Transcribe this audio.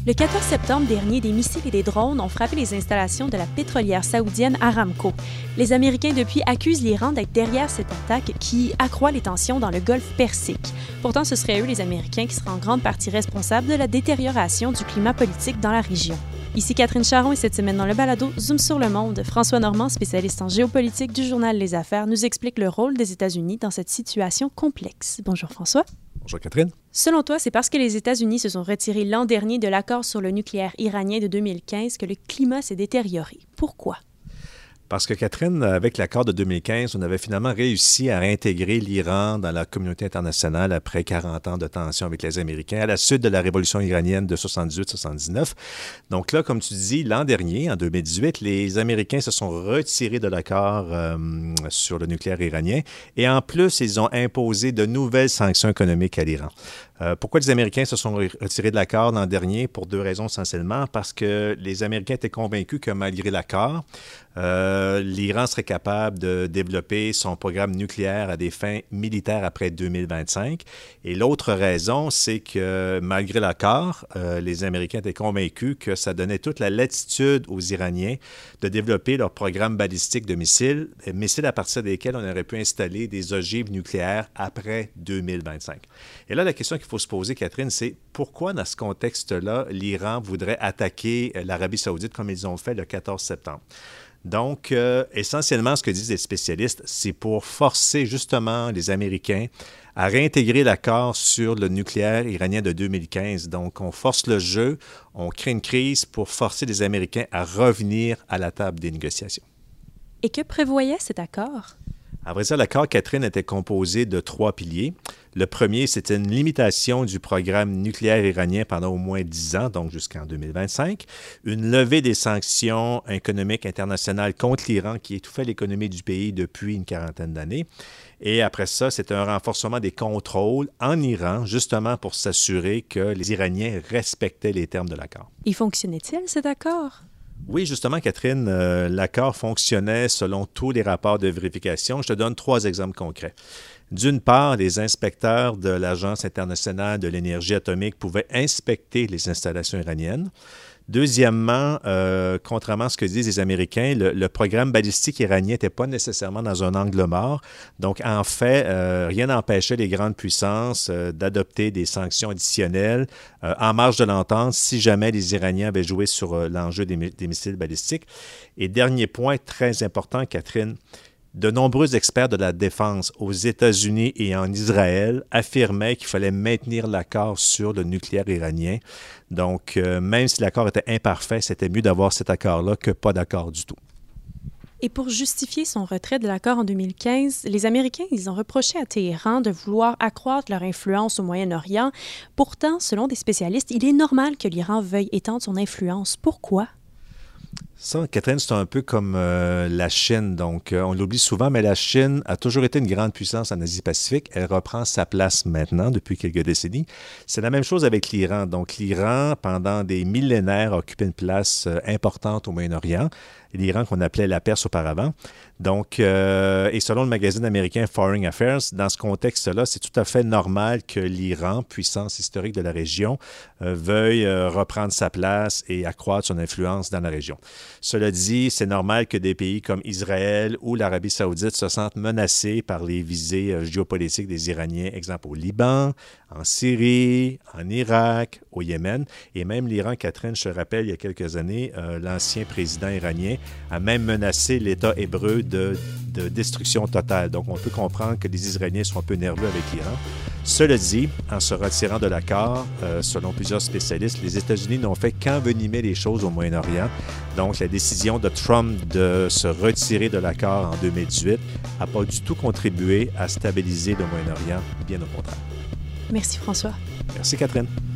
Le 14 septembre dernier, des missiles et des drones ont frappé les installations de la pétrolière saoudienne Aramco. Les Américains, depuis, accusent l'Iran d'être derrière cette attaque qui accroît les tensions dans le golfe Persique. Pourtant, ce seraient eux, les Américains, qui seraient en grande partie responsables de la détérioration du climat politique dans la région. Ici Catherine Charron et cette semaine dans le balado Zoom sur le monde, François Normand, spécialiste en géopolitique du journal Les Affaires, nous explique le rôle des États-Unis dans cette situation complexe. Bonjour François. Bonjour Catherine. Selon toi, c'est parce que les États-Unis se sont retirés l'an dernier de l'accord sur le nucléaire iranien de 2015 que le climat s'est détérioré. Pourquoi? Parce que Catherine, avec l'accord de 2015, on avait finalement réussi à réintégrer l'Iran dans la communauté internationale après 40 ans de tensions avec les Américains à la suite de la révolution iranienne de 78-79. Donc là, comme tu dis, l'an dernier, en 2018, les Américains se sont retirés de l'accord sur le nucléaire iranien et en plus, ils ont imposé de nouvelles sanctions économiques à l'Iran. Pourquoi les Américains se sont retirés de l'accord l'an dernier? Pour deux raisons essentiellement. Parce que les Américains étaient convaincus que malgré l'accord, l'Iran serait capable de développer son programme nucléaire à des fins militaires après 2025. Et l'autre raison, c'est que malgré l'accord, les Américains étaient convaincus que ça donnait toute la latitude aux Iraniens de développer leur programme balistique de missiles à partir desquels on aurait pu installer des ogives nucléaires après 2025. Et là, la question qu'il faut se poser, Catherine, c'est pourquoi, dans ce contexte-là, l'Iran voudrait attaquer l'Arabie saoudite comme ils ont fait le 14 septembre? Donc, essentiellement, ce que disent les spécialistes, c'est pour forcer justement les Américains à réintégrer l'accord sur le nucléaire iranien de 2015. Donc, on force le jeu, on crée une crise pour forcer les Américains à revenir à la table des négociations. Et que prévoyait cet accord? À vrai dire, l'accord, Catherine, était composé de 3 piliers. Le premier, c'était une limitation du programme nucléaire iranien pendant au moins 10 ans, donc jusqu'en 2025. Une levée des sanctions économiques internationales contre l'Iran qui étouffait l'économie du pays depuis une quarantaine d'années. Et après ça, c'est un renforcement des contrôles en Iran, justement pour s'assurer que les Iraniens respectaient les termes de l'accord. Et fonctionnait-il, cet accord? Oui, justement, Catherine, l'accord fonctionnait selon tous les rapports de vérification. Je te donne 3 exemples concrets. D'une part, les inspecteurs de l'Agence internationale de l'énergie atomique pouvaient inspecter les installations iraniennes. Deuxièmement, contrairement à ce que disent les Américains, le programme balistique iranien n'était pas nécessairement dans un angle mort. Donc, en fait, rien n'empêchait les grandes puissances d'adopter des sanctions additionnelles en marge de l'entente si jamais les Iraniens avaient joué sur l'enjeu des missiles balistiques. Et dernier point très important, Catherine, de nombreux experts de la défense aux États-Unis et en Israël affirmaient qu'il fallait maintenir l'accord sur le nucléaire iranien. Donc, même si l'accord était imparfait, c'était mieux d'avoir cet accord-là que pas d'accord du tout. Et pour justifier son retrait de l'accord en 2015, les Américains, ils ont reproché à Téhéran de vouloir accroître leur influence au Moyen-Orient. Pourtant, selon des spécialistes, il est normal que l'Iran veuille étendre son influence. Pourquoi? Ça, Catherine, c'est un peu comme la Chine. Donc, on l'oublie souvent, mais la Chine a toujours été une grande puissance en Asie-Pacifique. Elle reprend sa place maintenant, depuis quelques décennies. C'est la même chose avec l'Iran. Donc, l'Iran, pendant des millénaires, a occupé une place importante au Moyen-Orient. L'Iran qu'on appelait la Perse auparavant. Donc, et selon le magazine américain Foreign Affairs, dans ce contexte-là, c'est tout à fait normal que l'Iran, puissance historique de la région, veuille reprendre sa place et accroître son influence dans la région. Cela dit, c'est normal que des pays comme Israël ou l'Arabie saoudite se sentent menacés par les visées géopolitiques des Iraniens, exemple au Liban, en Syrie, en Irak, au Yémen. Et même l'Iran, Catherine, je te rappelle, il y a quelques années, l'ancien président iranien a même menacé l'État hébreu de destruction totale. Donc, on peut comprendre que les Israéliens sont un peu nerveux avec l'Iran. Cela dit, en se retirant de l'accord, selon plusieurs spécialistes, les États-Unis n'ont fait qu'envenimer les choses au Moyen-Orient. Donc, la décision de Trump de se retirer de l'accord en 2018 n'a pas du tout contribué à stabiliser le Moyen-Orient, bien au contraire. Merci François. Merci Catherine.